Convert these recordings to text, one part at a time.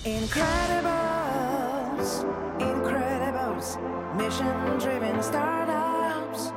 Incredibles, Incredibles, mission-driven startups.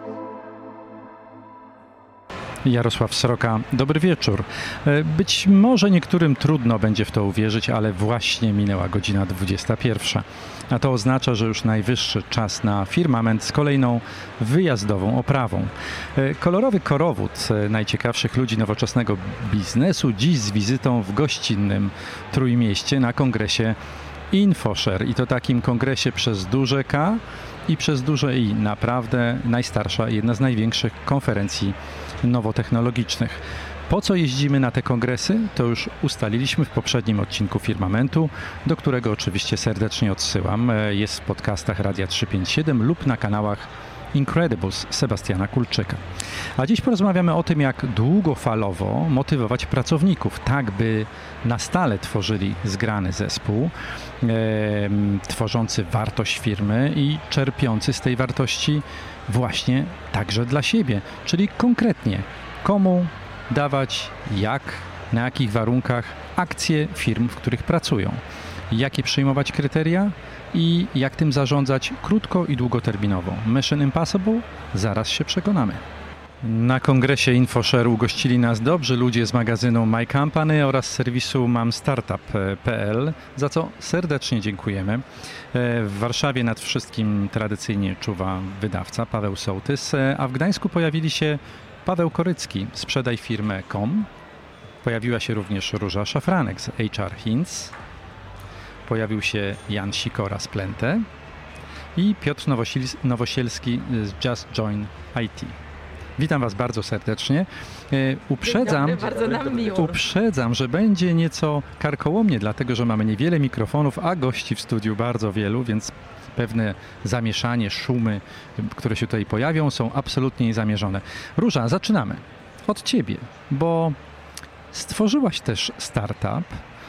Jarosław Sroka, dobry wieczór. Być może niektórym trudno będzie w to uwierzyć, ale właśnie minęła godzina 21. A to oznacza, że już najwyższy czas na firmament z kolejną wyjazdową oprawą. Kolorowy korowód najciekawszych ludzi nowoczesnego biznesu dziś z wizytą w gościnnym Trójmieście na kongresie InfoShare. I to takim kongresie przez duże K i przez duże I. Naprawdę najstarsza, jedna z największych konferencji nowotechnologicznych. Po co jeździmy na te kongresy? To już ustaliliśmy w poprzednim odcinku Firmamentu, do którego oczywiście serdecznie odsyłam. Jest w podcastach Radia 357 lub na kanałach Incredibles Sebastiana Kulczyka. A dziś porozmawiamy o tym, jak długofalowo motywować pracowników, tak by na stale tworzyli zgrany zespół, tworzący wartość firmy i czerpiący z tej wartości właśnie także dla siebie, czyli konkretnie komu dawać, jak, na jakich warunkach akcje firm, w których pracują, jakie przyjmować kryteria i jak tym zarządzać krótko i długoterminowo. Mission Impossible? Zaraz się przekonamy. Na kongresie InfoShare ugościli nas dobrzy ludzie z magazynu My Company oraz serwisu mamstartup.pl, za co serdecznie dziękujemy. W Warszawie nad wszystkim tradycyjnie czuwa wydawca Paweł Sołtys, a w Gdańsku pojawili się Paweł Korycki, Sprzedaj firmę.com. Pojawiła się również Róża Szafranek z HR Hints. Pojawił się Jan Sikora z Plente i Piotr Nowosielski z Just Join IT. Witam Was bardzo serdecznie. Uprzedzam, że będzie nieco karkołomnie, dlatego że mamy niewiele mikrofonów, a gości w studiu bardzo wielu, więc pewne zamieszanie, szumy, które się tutaj pojawią, są absolutnie niezamierzone. Róża, zaczynamy od Ciebie, bo stworzyłaś też startup.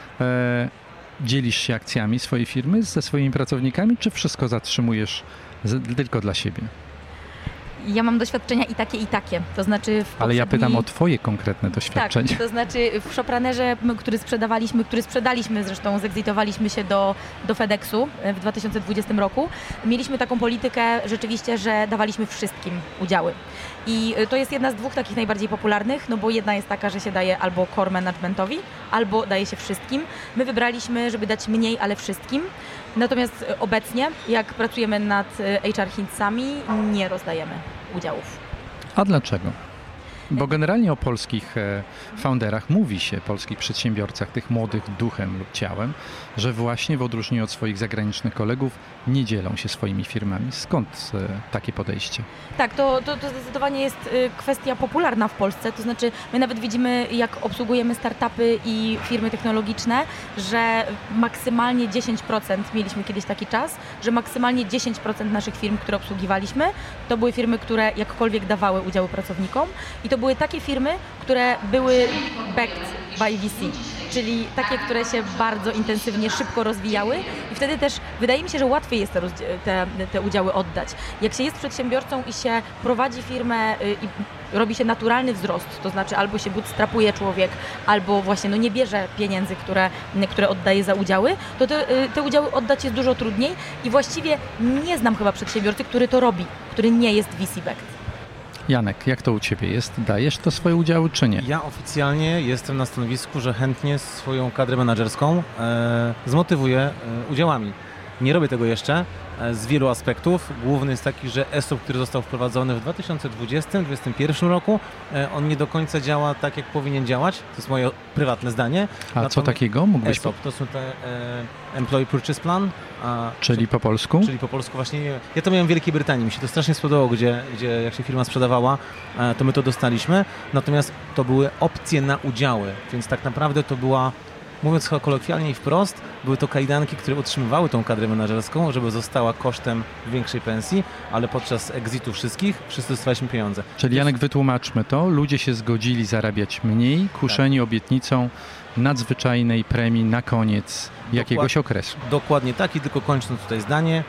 Dzielisz się akcjami swojej firmy ze swoimi pracownikami, czy wszystko zatrzymujesz tylko dla siebie? Ja mam doświadczenia i takie. To znaczy Ale ja pytam o Twoje konkretne doświadczenia. Tak, to znaczy w Shopranerze, który sprzedaliśmy, zresztą zexitowaliśmy się do FedExu w 2020 roku, mieliśmy taką politykę rzeczywiście, że dawaliśmy wszystkim udziały. I to jest jedna z dwóch takich najbardziej popularnych, no bo jedna jest taka, że się daje albo core managementowi, albo daje się wszystkim. My wybraliśmy, żeby dać mniej, ale wszystkim. Natomiast obecnie, jak pracujemy nad HR Hintsami, nie rozdajemy udziałów. A dlaczego? Bo generalnie o polskich founderach mówi się, polskich przedsiębiorcach, tych młodych duchem lub ciałem, że właśnie w odróżnieniu od swoich zagranicznych kolegów nie dzielą się swoimi firmami. Skąd takie podejście? Tak, to zdecydowanie jest kwestia popularna w Polsce. To znaczy my nawet widzimy, jak obsługujemy startupy i firmy technologiczne, że maksymalnie 10%, mieliśmy kiedyś taki czas, że maksymalnie 10% naszych firm, które obsługiwaliśmy, to były firmy, które jakkolwiek dawały udziały pracownikom i to były takie firmy, które były backed by VC, czyli takie, które się bardzo intensywnie, szybko rozwijały i wtedy też wydaje mi się, że łatwiej jest te udziały oddać. Jak się jest przedsiębiorcą i się prowadzi firmę i robi się naturalny wzrost, to znaczy albo się bootstrapuje człowiek, albo właśnie nie bierze pieniędzy, które oddaje za udziały, to te udziały oddać jest dużo trudniej i właściwie nie znam chyba przedsiębiorcy, który to robi, który nie jest VC-backed. Janek, jak to u Ciebie jest? Dajesz to swoje udziały, czy nie? Ja oficjalnie jestem na stanowisku, że chętnie swoją kadrę menedżerską zmotywuję udziałami. Nie robię tego jeszcze z wielu aspektów. Główny jest taki, że ESOP, który został wprowadzony w 2020-2021 roku, on nie do końca działa tak, jak powinien działać. To jest moje prywatne zdanie. Co takiego mógłbyś ESOP to są te Employee Purchase Plan. Czyli po polsku? Czyli po polsku właśnie. Ja to miałem w Wielkiej Brytanii. Mi się to strasznie spodobało, gdzie jak się firma sprzedawała, to my to dostaliśmy. Natomiast to były opcje na udziały, więc tak naprawdę to była, mówiąc kolokwialnie i wprost, były to kajdanki, które utrzymywały tą kadrę menedżerską, żeby została kosztem większej pensji, ale podczas exitu wszyscy dostawaliśmy pieniądze. Czyli Janek, wytłumaczmy to. Ludzie się zgodzili zarabiać mniej, kuszeni obietnicą nadzwyczajnej premii na koniec jakiegoś okresu. Dokładnie tak i tylko kończąc tutaj zdanie.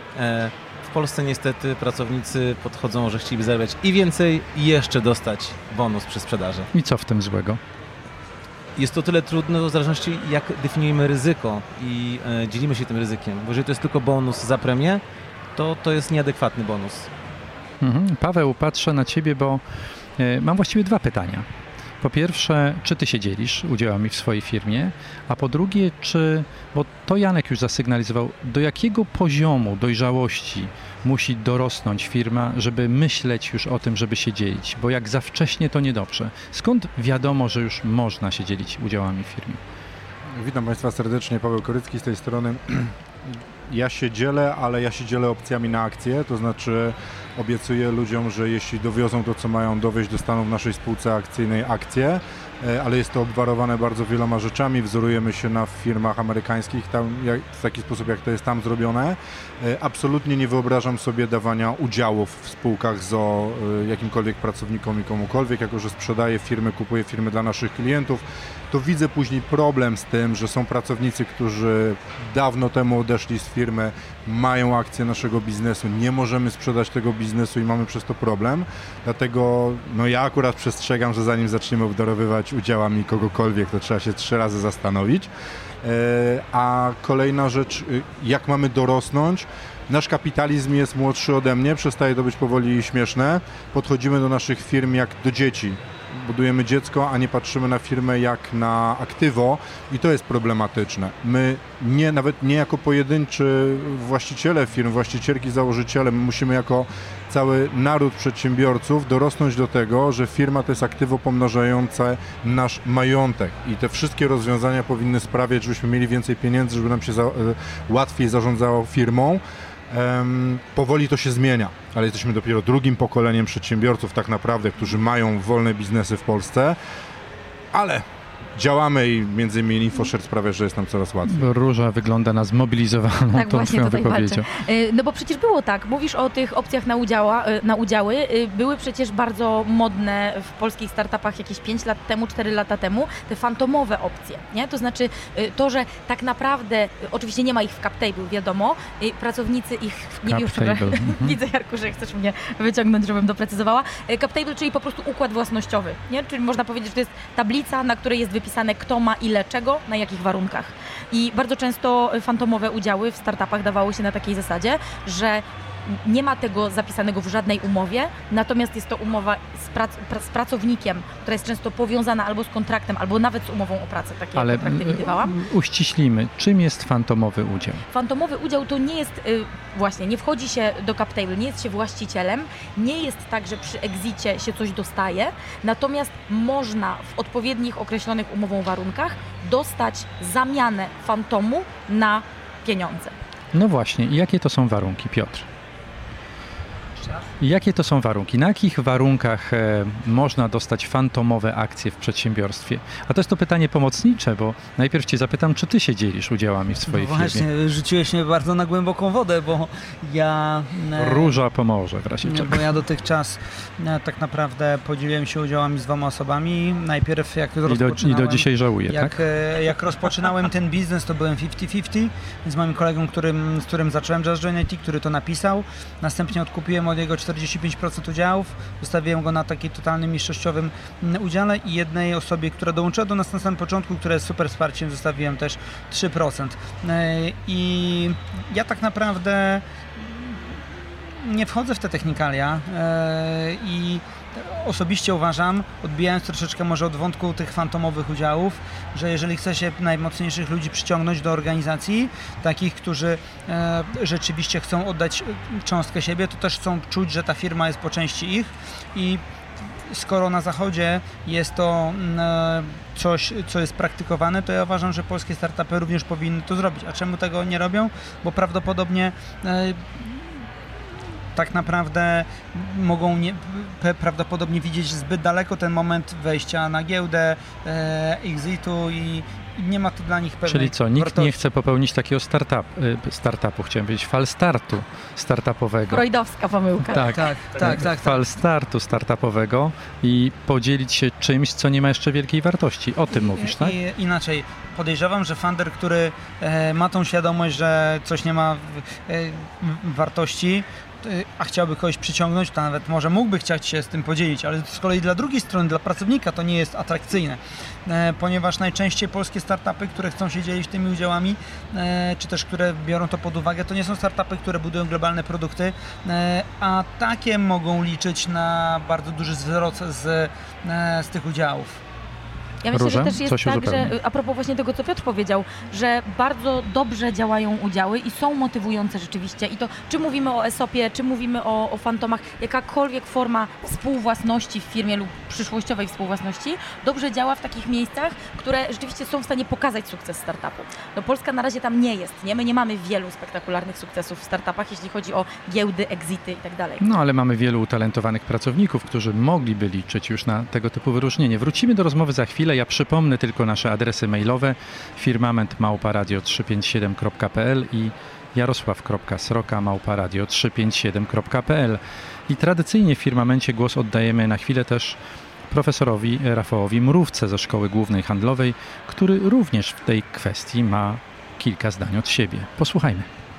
W Polsce niestety pracownicy podchodzą, że chcieliby zarabiać i więcej i jeszcze dostać bonus przy sprzedaży. I co w tym złego? Jest to tyle trudno w zależności jak definiujemy ryzyko i dzielimy się tym ryzykiem. Bo jeżeli to jest tylko bonus za premię, to jest nieadekwatny bonus. Paweł, patrzę na Ciebie, bo mam właściwie 2 pytania. Po pierwsze, czy Ty się dzielisz udziałami w swojej firmie? A po drugie, bo to Janek już zasygnalizował, do jakiego poziomu dojrzałości musi dorosnąć firma, żeby myśleć już o tym, żeby się dzielić? Bo jak za wcześnie, to niedobrze. Skąd wiadomo, że już można się dzielić udziałami w firmie? Witam Państwa serdecznie, Paweł Korycki z tej strony. Ja się dzielę, ale ja się dzielę opcjami na akcje, to znaczy obiecuję ludziom, że jeśli dowiozą to, co mają dowieść, dostaną w naszej spółce akcyjnej akcje, ale jest to obwarowane bardzo wieloma rzeczami, wzorujemy się na firmach amerykańskich w taki sposób, jak to jest tam zrobione. Absolutnie nie wyobrażam sobie dawania udziałów w spółkach ZOO jakimkolwiek pracownikom i komukolwiek, jako że sprzedaję firmy, kupuję firmy dla naszych klientów, to widzę później problem z tym, że są pracownicy, którzy dawno temu odeszli z firmy, mają akcje naszego biznesu, nie możemy sprzedać tego biznesu i mamy przez to problem. Dlatego ja akurat przestrzegam, że zanim zaczniemy obdarowywać udziałami kogokolwiek, to trzeba się 3 razy zastanowić. A kolejna rzecz, jak mamy dorosnąć? Nasz kapitalizm jest młodszy ode mnie, przestaje to być powoli śmieszne. Podchodzimy do naszych firm jak do dzieci. Budujemy dziecko, a nie patrzymy na firmę jak na aktywo i to jest problematyczne. My nawet nie jako pojedynczy właściciele firm, właścicielki, założyciele, my musimy jako cały naród przedsiębiorców dorosnąć do tego, że firma to jest aktywo pomnażające nasz majątek i te wszystkie rozwiązania powinny sprawiać, żebyśmy mieli więcej pieniędzy, żeby nam się łatwiej zarządzało firmą. Powoli to się zmienia, ale jesteśmy dopiero drugim pokoleniem przedsiębiorców tak naprawdę, którzy mają wolne biznesy w Polsce, ale działamy i między innymi InfoShare sprawia, że jest nam coraz łatwiej. Róża wygląda na zmobilizowaną tak, tą twoją wypowiedzią. No bo przecież było tak, mówisz o tych opcjach na udziały, były przecież bardzo modne w polskich startupach jakieś 5 lat temu, 4 lata temu, te fantomowe opcje, nie? To znaczy to, że tak naprawdę, oczywiście nie ma ich w CapTable, wiadomo, pracownicy ich, nie już widzę, Jarku, że chcesz mnie wyciągnąć, żebym doprecyzowała. CapTable, czyli po prostu układ własnościowy, nie? Czyli można powiedzieć, że to jest tablica, na której jest wypisane, kto ma ile czego, na jakich warunkach. I bardzo często fantomowe udziały w startupach dawały się na takiej zasadzie, że nie ma tego zapisanego w żadnej umowie, natomiast jest to umowa z pracownikiem, która jest często powiązana albo z kontraktem, albo nawet z umową o pracę. Takie kontrakty widywałam. Uściślimy, czym jest fantomowy udział? Fantomowy udział to nie jest, właśnie, nie wchodzi się do CapTable, nie jest się właścicielem, nie jest tak, że przy exicie się coś dostaje, natomiast można w odpowiednich, określonych umową warunkach dostać zamianę fantomu na pieniądze. No właśnie, i jakie to są warunki, Piotr? Jakie to są warunki? Na jakich warunkach można dostać fantomowe akcje w przedsiębiorstwie? A to jest to pytanie pomocnicze, bo najpierw Cię zapytam, czy Ty się dzielisz udziałami w swojej firmie? Właśnie, rzuciłeś mnie bardzo na głęboką wodę, bo ja... Róża pomoże w razie czego. Bo ja dotychczas tak naprawdę podzieliłem się udziałami z 2 osobami. Najpierw jak rozpoczynałem... I do dzisiaj żałuję, tak? Jak rozpoczynałem ten biznes, to byłem 50-50 z moim kolegą, z którym zacząłem Just Join IT, który to napisał. Następnie odkupiłem od jego 45% udziałów, zostawiłem go na takim totalnym mistrzowym udziale i jednej osobie, która dołączyła do nas na samym początku, która jest super wsparciem, zostawiłem też 3%. I ja tak naprawdę nie wchodzę w te technikalia i osobiście uważam, odbijając troszeczkę może od wątku tych fantomowych udziałów, że jeżeli chce się najmocniejszych ludzi przyciągnąć do organizacji, takich, którzy rzeczywiście chcą oddać cząstkę siebie, to też chcą czuć, że ta firma jest po części ich i skoro na zachodzie jest to coś, co jest praktykowane, to ja uważam, że polskie startupy również powinny to zrobić. A czemu tego nie robią? Bo prawdopodobnie tak naprawdę mogą prawdopodobnie widzieć zbyt daleko ten moment wejścia na giełdę, exitu i nie ma to dla nich pewnej Czyli co, nikt wartości. nie chce popełnić takiego startupu, chciałem powiedzieć, falstartu startupowego. Freudowska pomyłka. Tak. Falstartu startupowego i podzielić się czymś, co nie ma jeszcze wielkiej wartości. O tym mówisz, tak? Inaczej, podejrzewam, że funder, który ma tą świadomość, że coś nie ma wartości, a chciałby kogoś przyciągnąć, to nawet może mógłby chcieć się z tym podzielić, ale z kolei dla drugiej strony, dla pracownika to nie jest atrakcyjne, ponieważ najczęściej polskie startupy, które chcą się dzielić tymi udziałami, czy też które biorą to pod uwagę, to nie są startupy, które budują globalne produkty, a takie mogą liczyć na bardzo duży zwrot z tych udziałów. Ja myślę, Róża, że też jest coś tak, uzupełni. że a propos właśnie tego, co Piotr powiedział, że bardzo dobrze działają udziały i są motywujące rzeczywiście. I to czy mówimy o ESOP-ie, czy mówimy o fantomach, jakakolwiek forma współwłasności w firmie lub przyszłościowej współwłasności dobrze działa w takich miejscach, które rzeczywiście są w stanie pokazać sukces startupu. No Polska na razie tam nie jest, nie? My nie mamy wielu spektakularnych sukcesów w startupach, jeśli chodzi o giełdy, exity i tak dalej. No ale mamy wielu utalentowanych pracowników, którzy mogliby liczyć już na tego typu wyróżnienie. Wrócimy do rozmowy za chwilę. Ja przypomnę tylko nasze adresy mailowe firmament@radio357.pl i jarosław.sroka@radio357.pl. I tradycyjnie w Firmamencie głos oddajemy na chwilę też profesorowi Rafałowi Mrówce ze Szkoły Głównej Handlowej, który również w tej kwestii ma kilka zdań od siebie. Posłuchajmy.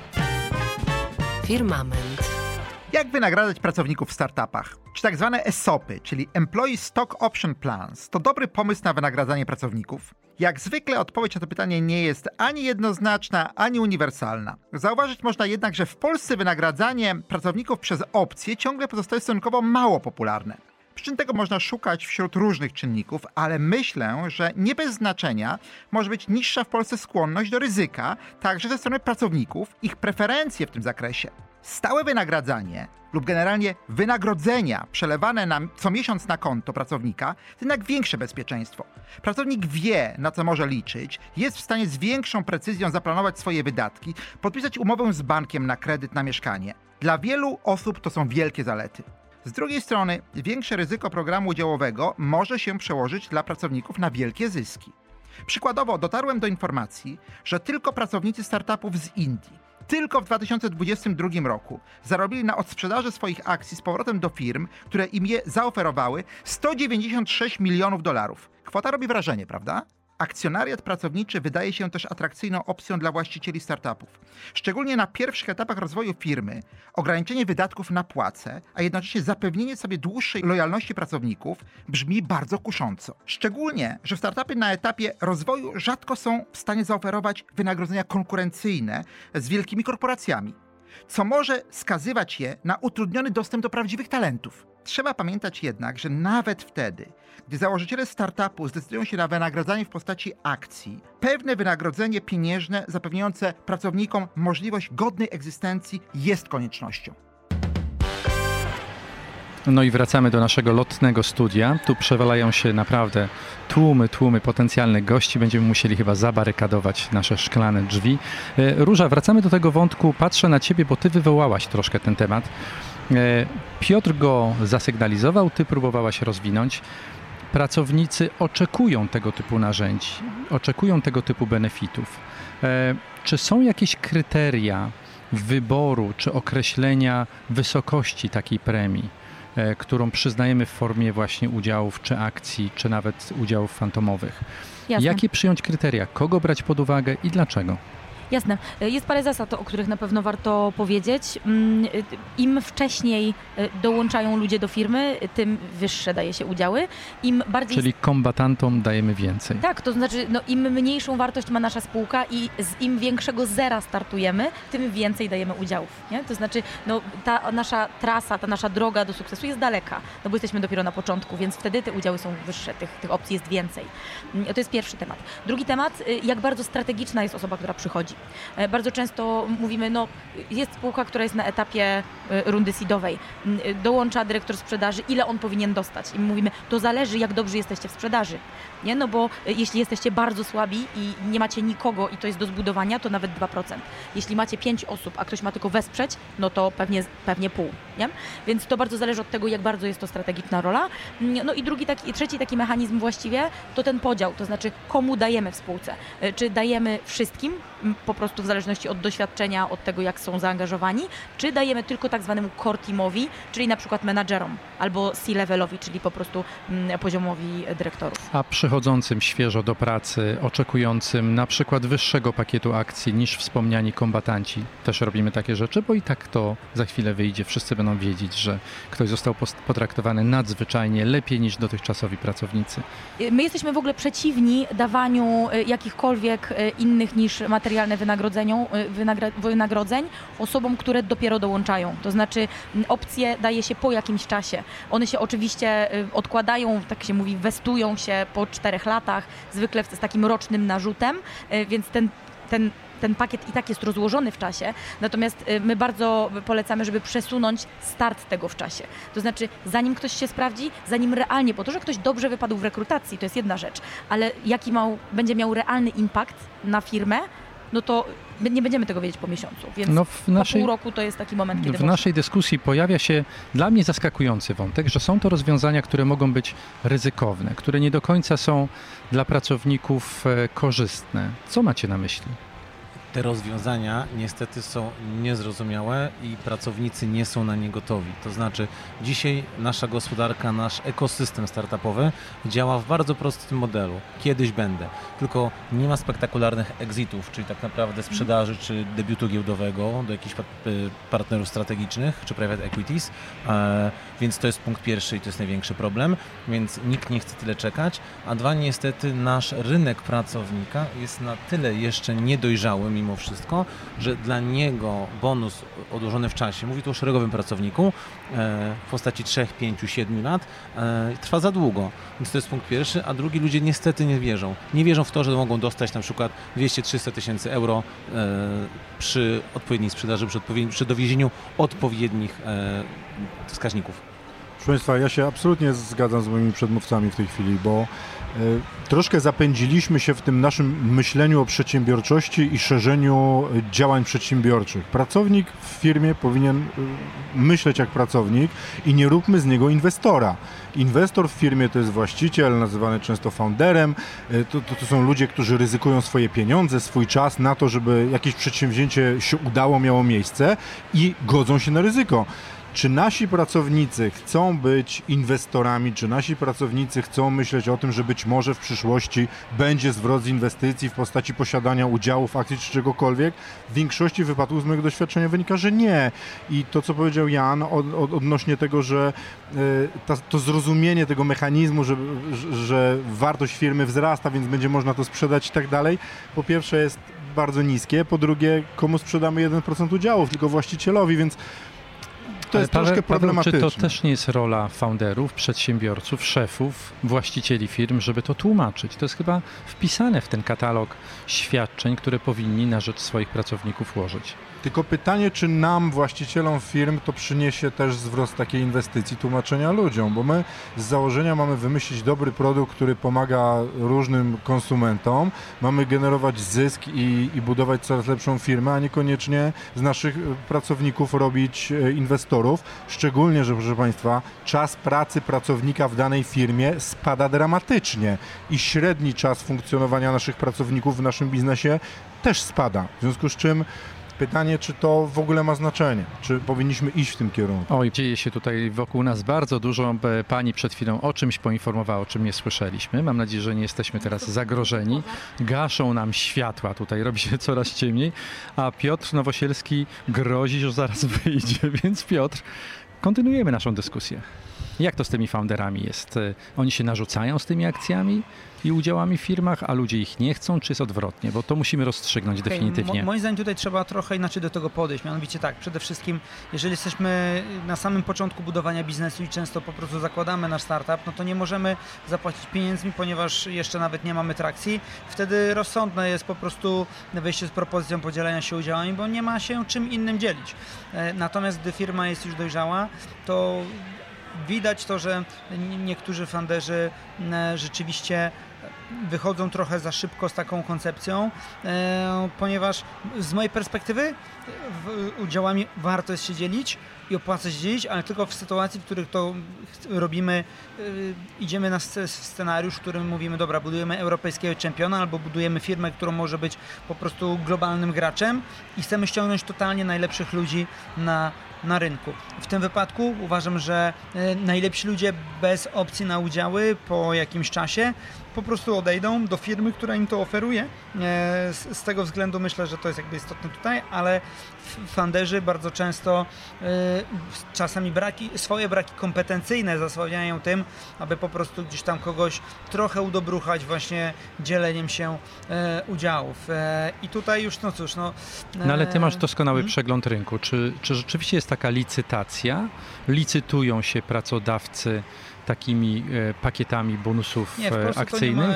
Firmament. Jak wynagradzać pracowników w startupach? Czy tak zwane ESOP-y, czyli Employee Stock Option Plans, to dobry pomysł na wynagradzanie pracowników? Jak zwykle odpowiedź na to pytanie nie jest ani jednoznaczna, ani uniwersalna. Zauważyć można jednak, że w Polsce wynagradzanie pracowników przez opcje ciągle pozostaje stosunkowo mało popularne. Przyczyn tego można szukać wśród różnych czynników, ale myślę, że nie bez znaczenia może być niższa w Polsce skłonność do ryzyka, także ze strony pracowników, ich preferencje w tym zakresie. Stałe wynagradzanie lub generalnie wynagrodzenia przelewane co miesiąc na konto pracownika to jednak większe bezpieczeństwo. Pracownik wie, na co może liczyć, jest w stanie z większą precyzją zaplanować swoje wydatki, podpisać umowę z bankiem na kredyt na mieszkanie. Dla wielu osób to są wielkie zalety. Z drugiej strony, większe ryzyko programu udziałowego może się przełożyć dla pracowników na wielkie zyski. Przykładowo dotarłem do informacji, że tylko pracownicy startupów z Indii tylko w 2022 roku zarobili na odsprzedaży swoich akcji z powrotem do firm, które im je zaoferowały, $196 milionów. Kwota robi wrażenie, prawda? Akcjonariat pracowniczy wydaje się też atrakcyjną opcją dla właścicieli startupów. Szczególnie na pierwszych etapach rozwoju firmy, ograniczenie wydatków na płace, a jednocześnie zapewnienie sobie dłuższej lojalności pracowników brzmi bardzo kusząco. Szczególnie, że startupy na etapie rozwoju rzadko są w stanie zaoferować wynagrodzenia konkurencyjne z wielkimi korporacjami, co może skazywać je na utrudniony dostęp do prawdziwych talentów. Trzeba pamiętać jednak, że nawet wtedy, gdy założyciele startupu zdecydują się na wynagradzanie w postaci akcji, pewne wynagrodzenie pieniężne zapewniające pracownikom możliwość godnej egzystencji jest koniecznością. No i wracamy do naszego lotnego studia. Tu przewalają się naprawdę tłumy potencjalnych gości. Będziemy musieli chyba zabarykadować nasze szklane drzwi. Róża, wracamy do tego wątku. Patrzę na ciebie, bo ty wywołałaś troszkę ten temat. Piotr go zasygnalizował, ty próbowałaś rozwinąć. Pracownicy oczekują tego typu narzędzi, oczekują tego typu benefitów. Czy są jakieś kryteria wyboru czy określenia wysokości takiej premii, którą przyznajemy w formie właśnie udziałów czy akcji, czy nawet udziałów fantomowych? Jasne. Jakie przyjąć kryteria? Kogo brać pod uwagę i dlaczego? Jasne. Jest parę zasad, o których na pewno warto powiedzieć. Im wcześniej dołączają ludzie do firmy, tym wyższe daje się udziały. Im bardziej... Czyli kombatantom dajemy więcej. Tak, to znaczy im mniejszą wartość ma nasza spółka i im większego zera startujemy, tym więcej dajemy udziałów. Nie? To znaczy ta nasza trasa, ta nasza droga do sukcesu jest daleka, bo jesteśmy dopiero na początku, więc wtedy te udziały są wyższe, tych opcji jest więcej. To jest pierwszy temat. Drugi temat, jak bardzo strategiczna jest osoba, która przychodzi. Bardzo często mówimy, jest spółka, która jest na etapie rundy seedowej. Dołącza dyrektor sprzedaży, ile on powinien dostać. I my mówimy, to zależy, jak dobrzy jesteście w sprzedaży. Nie? No bo jeśli jesteście bardzo słabi i nie macie nikogo i to jest do zbudowania, to nawet 2%. Jeśli macie 5 osób, a ktoś ma tylko wesprzeć, no to pewnie pół. Nie? Więc to bardzo zależy od tego, jak bardzo jest to strategiczna rola. No i trzeci taki mechanizm właściwie to ten podział, to znaczy komu dajemy w spółce. Czy dajemy wszystkim po prostu w zależności od doświadczenia, od tego, jak są zaangażowani, czy dajemy tylko tak zwanemu core teamowi, czyli na przykład menadżerom albo C-levelowi, czyli po prostu poziomowi dyrektorów. A przychodzącym świeżo do pracy, oczekującym na przykład wyższego pakietu akcji niż wspomniani kombatanci, też robimy takie rzeczy, bo i tak to za chwilę wyjdzie. Wszyscy będą wiedzieć, że ktoś został potraktowany nadzwyczajnie lepiej niż dotychczasowi pracownicy. My jesteśmy w ogóle przeciwni dawaniu jakichkolwiek innych niż materialne wynagrodzeń osobom, które dopiero dołączają. To znaczy opcje daje się po jakimś czasie. One się oczywiście odkładają, tak się mówi, westują się po 4 latach, zwykle z takim rocznym narzutem, więc ten pakiet i tak jest rozłożony w czasie, natomiast my bardzo polecamy, żeby przesunąć start tego w czasie. To znaczy, zanim ktoś się sprawdzi, zanim realnie, bo to, że ktoś dobrze wypadł w rekrutacji, to jest jedna rzecz, ale jaki będzie miał realny impact na firmę, no to nie będziemy tego wiedzieć po miesiącu, więc po pół roku to jest taki moment, kiedy w naszej dyskusji pojawia się dla mnie zaskakujący wątek, że są to rozwiązania, które mogą być ryzykowne, które nie do końca są dla pracowników korzystne. Co macie na myśli? Te rozwiązania niestety są niezrozumiałe i pracownicy nie są na nie gotowi. To znaczy dzisiaj nasza gospodarka, nasz ekosystem startupowy działa w bardzo prostym modelu. Kiedyś będę. Tylko nie ma spektakularnych exitów, czyli tak naprawdę sprzedaży czy debiutu giełdowego do jakichś partnerów strategicznych czy private equities. Więc to jest punkt pierwszy i to jest największy problem. Więc nikt nie chce tyle czekać. A dwa, niestety nasz rynek pracownika jest na tyle jeszcze niedojrzały mimo wszystko, że dla niego bonus odłożony w czasie, mówię tu o szeregowym pracowniku, w postaci 3, 5, 7 lat, trwa za długo. Więc to jest punkt pierwszy, a drugi, ludzie niestety nie wierzą. Nie wierzą w to, że mogą dostać na przykład 200-300 tysięcy euro przy odpowiedniej sprzedaży, przy dowiezieniu odpowiednich wskaźników. Proszę Państwa, ja się absolutnie zgadzam z moimi przedmówcami w tej chwili, bo troszkę zapędziliśmy się w tym naszym myśleniu o przedsiębiorczości i szerzeniu działań przedsiębiorczych. Pracownik w firmie powinien myśleć jak pracownik i nie róbmy z niego inwestora. Inwestor w firmie to jest właściciel, nazywany często founderem. To są ludzie, którzy ryzykują swoje pieniądze, swój czas na to, żeby jakieś przedsięwzięcie się udało, miało miejsce i godzą się na ryzyko. Czy nasi pracownicy chcą być inwestorami, czy nasi pracownicy chcą myśleć o tym, że być może w przyszłości będzie zwrot z inwestycji w postaci posiadania udziałów, akcji czy czegokolwiek? W większości wypadków z mojego doświadczenia wynika, że nie. I to, co powiedział Jan odnośnie tego, że to zrozumienie tego mechanizmu, że wartość firmy wzrasta, więc będzie można to sprzedać i tak dalej, po pierwsze jest bardzo niskie, po drugie, komu sprzedamy 1% udziałów, tylko właścicielowi, więc to jest troszkę problematyczne. Czy to też nie jest rola founderów, przedsiębiorców, szefów, właścicieli firm, żeby to tłumaczyć? To jest chyba wpisane w ten katalog świadczeń, które powinni na rzecz swoich pracowników łożyć. Tylko pytanie, czy nam, właścicielom firm, to przyniesie też zwrot takiej inwestycji, tłumaczenia ludziom, bo my z założenia mamy wymyślić dobry produkt, który pomaga różnym konsumentom, mamy generować zysk i budować coraz lepszą firmę, a niekoniecznie z naszych pracowników robić inwestorów, szczególnie, że proszę Państwa, czas pracy pracownika w danej firmie spada dramatycznie i średni czas funkcjonowania naszych pracowników w naszym biznesie też spada, w związku z czym pytanie, czy to w ogóle ma znaczenie, czy powinniśmy iść w tym kierunku. Oj, dzieje się tutaj wokół nas bardzo dużo. Pani przed chwilą o czymś poinformowała, o czym nie słyszeliśmy. Mam nadzieję, że nie jesteśmy teraz zagrożeni. Gaszą nam światła, tutaj robi się coraz ciemniej, a Piotr Nowosielski grozi, że zaraz wyjdzie, więc Piotr, kontynuujemy naszą dyskusję. Jak to z tymi founderami jest? Oni się narzucają z tymi akcjami i udziałami w firmach, a ludzie ich nie chcą, czy jest odwrotnie? Bo to musimy rozstrzygnąć definitywnie. Moim zdaniem tutaj trzeba trochę inaczej do tego podejść. Mianowicie tak, przede wszystkim, jeżeli jesteśmy na samym początku budowania biznesu i często po prostu zakładamy nasz startup, no to nie możemy zapłacić pieniędzmi, ponieważ jeszcze nawet nie mamy trakcji. Wtedy rozsądne jest po prostu wejście z propozycją podzielenia się udziałami, bo nie ma się czym innym dzielić. Natomiast gdy firma jest już dojrzała, to widać to, że niektórzy founderzy rzeczywiście wychodzą trochę za szybko z taką koncepcją, ponieważ z mojej perspektywy udziałami warto jest się dzielić i opłaca się dzielić, ale tylko w sytuacji, w których to robimy, idziemy na scenariusz, w którym mówimy, dobra, budujemy europejskiego czempiona albo budujemy firmę, którą może być po prostu globalnym graczem i chcemy ściągnąć totalnie najlepszych ludzi na rynku. W tym wypadku uważam, że najlepsi ludzie bez opcji na udziały po jakimś czasie po prostu odejdą do firmy, która im to oferuje. Z tego względu myślę, że to jest jakby istotne tutaj, ale funderzy bardzo często czasami swoje braki kompetencyjne zasłabiają tym, aby po prostu gdzieś tam kogoś trochę udobruchać właśnie dzieleniem się udziałów. I tutaj już, no cóż, no ale ty masz doskonały przegląd rynku. Czy rzeczywiście jest taka licytacja? Licytują się pracodawcy takimi pakietami bonusów akcyjnych?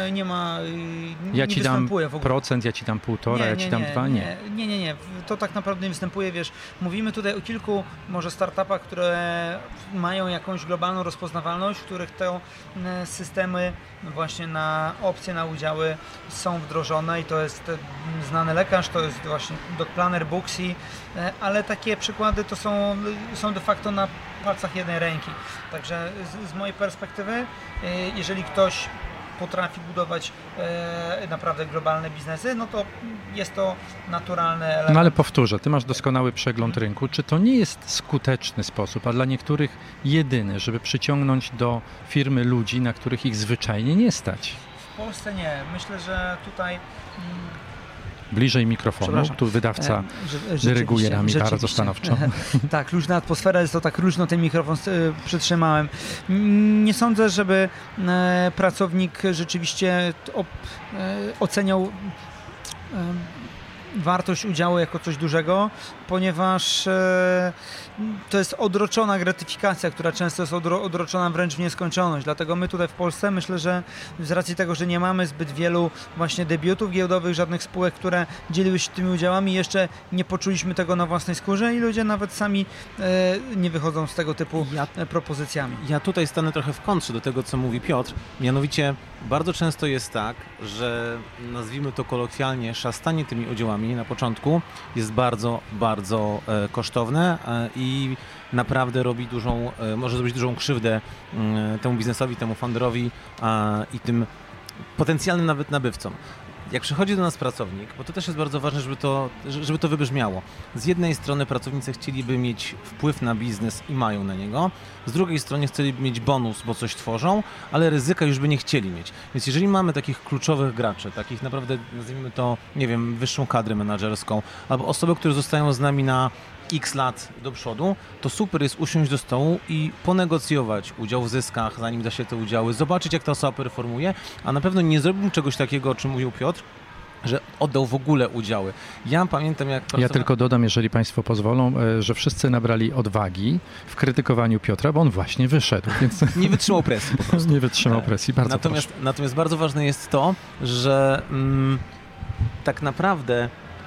Ja ci dam procent, ja ci dam 1,5, ja ci dam 2? Nie. To tak naprawdę nie występuje, wiesz, mówimy tutaj o kilku może startupach, które mają jakąś globalną rozpoznawalność, w których te systemy właśnie na opcje na udziały są wdrożone i to jest znany lekarz, to jest właśnie DocPlanner, Booksy, ale takie przykłady to są de facto na palcach jednej ręki. Także z mojej perspektywy, jeżeli ktoś potrafi budować naprawdę globalne biznesy, no to jest to naturalny element. No ale powtórzę, ty masz doskonały przegląd rynku. Czy to nie jest skuteczny sposób, a dla niektórych jedyny, żeby przyciągnąć do firmy ludzi, na których ich zwyczajnie nie stać? W Polsce nie. Myślę, że tutaj... Bliżej mikrofonu, tu wydawca dyryguje nami bardzo stanowczo. Tak, luźna atmosfera, jest to tak luźno ten mikrofon przytrzymałem. Nie sądzę, żeby pracownik rzeczywiście oceniał wartość udziału jako coś dużego, ponieważ to jest odroczona gratyfikacja, która często jest odroczona wręcz w nieskończoność. Dlatego my tutaj w Polsce myślę, że z racji tego, że nie mamy zbyt wielu właśnie debiutów giełdowych, żadnych spółek, które dzieliły się tymi udziałami, jeszcze nie poczuliśmy tego na własnej skórze i ludzie nawet sami nie wychodzą z tego typu propozycjami. Ja tutaj stanę trochę w kontrze do tego, co mówi Piotr. Mianowicie bardzo często jest tak, że nazwijmy to kolokwialnie, szastanie tymi udziałami na początku jest bardzo, bardzo kosztowne i naprawdę może zrobić dużą krzywdę temu biznesowi, temu funderowi i tym potencjalnym nawet nabywcom. Jak przychodzi do nas pracownik, bo to też jest bardzo ważne, żeby to wybrzmiało. Z jednej strony pracownicy chcieliby mieć wpływ na biznes i mają na niego, z drugiej strony chcieliby mieć bonus, bo coś tworzą, ale ryzyka już by nie chcieli mieć. Więc jeżeli mamy takich kluczowych graczy, takich naprawdę, nazwijmy to, nie wiem, wyższą kadrę menadżerską, albo osoby, które zostają z nami na x lat do przodu, to super jest usiąść do stołu i ponegocjować udział w zyskach, zanim da się te udziały, zobaczyć, jak ta osoba performuje, a na pewno nie zrobił czegoś takiego, o czym mówił Piotr, że oddał w ogóle udziały. Ja pamiętam, jak... Ja tylko dodam, jeżeli Państwo pozwolą, że wszyscy nabrali odwagi w krytykowaniu Piotra, bo on właśnie wyszedł. Więc... Nie wytrzymał presji po prostu. Nie wytrzymał presji, bardzo Natomiast bardzo ważne jest to, że tak naprawdę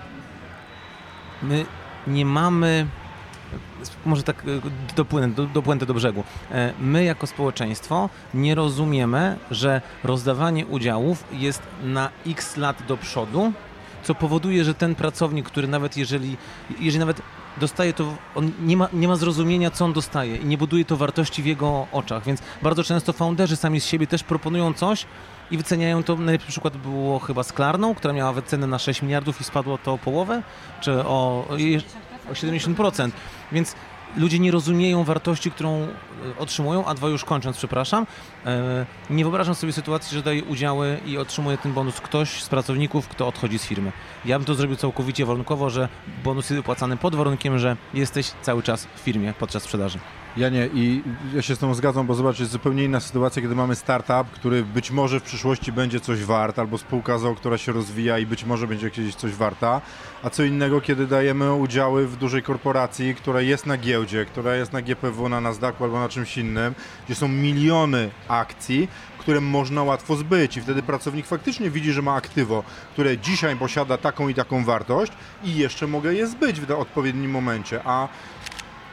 my nie mamy, może tak dopłynę do brzegu, my jako społeczeństwo nie rozumiemy, że rozdawanie udziałów jest na x lat do przodu, co powoduje, że ten pracownik, który nawet jeżeli nawet dostaje to, on nie ma zrozumienia, co on dostaje i nie buduje to wartości w jego oczach, więc bardzo często founderzy sami z siebie też proponują coś i wyceniają to. Najlepszy przykład było chyba z Klarną, która miała wycenę na 6 miliardów i spadło to o połowę, czy o 70%, więc ludzie nie rozumieją wartości, którą otrzymują, a już kończąc, przepraszam, nie wyobrażam sobie sytuacji, że daje udziały i otrzymuje ten bonus ktoś z pracowników, kto odchodzi z firmy. Ja bym to zrobił całkowicie warunkowo, że bonus jest wypłacany pod warunkiem, że jesteś cały czas w firmie podczas sprzedaży. Ja nie i ja się z tą zgadzam, bo zobacz, jest zupełnie inna sytuacja, kiedy mamy startup, który być może w przyszłości będzie coś wart, albo spółka z o.o., która się rozwija i być może będzie kiedyś coś warta, a co innego, kiedy dajemy udziały w dużej korporacji, która jest na giełdzie, która jest na GPW, na Nasdaqu albo na czymś innym, gdzie są miliony akcji, które można łatwo zbyć i wtedy pracownik faktycznie widzi, że ma aktywo, które dzisiaj posiada taką i taką wartość i jeszcze mogę je zbyć w odpowiednim momencie, a